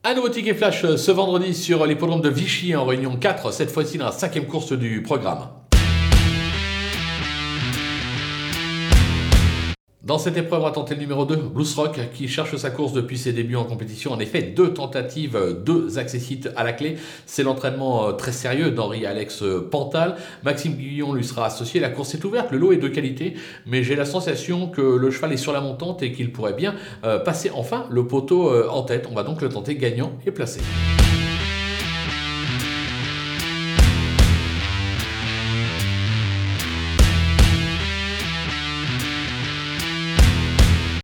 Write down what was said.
Un nouveau ticket flash ce vendredi sur l'hippodrome de Vichy en Réunion 4, cette fois-ci dans la 5e course du programme. Dans cette épreuve, on va tenter le numéro 2, Blues Rock, qui cherche sa course depuis ses débuts en compétition. En effet, 2 tentatives, 2 accessites à la clé. C'est l'entraînement très sérieux d'Henri-Alex Pantal. Maxime Guillon lui sera associé. La course est ouverte, le lot est de qualité, mais j'ai la sensation que le cheval est sur la montante et qu'il pourrait bien passer enfin le poteau en tête. On va donc le tenter gagnant et placé.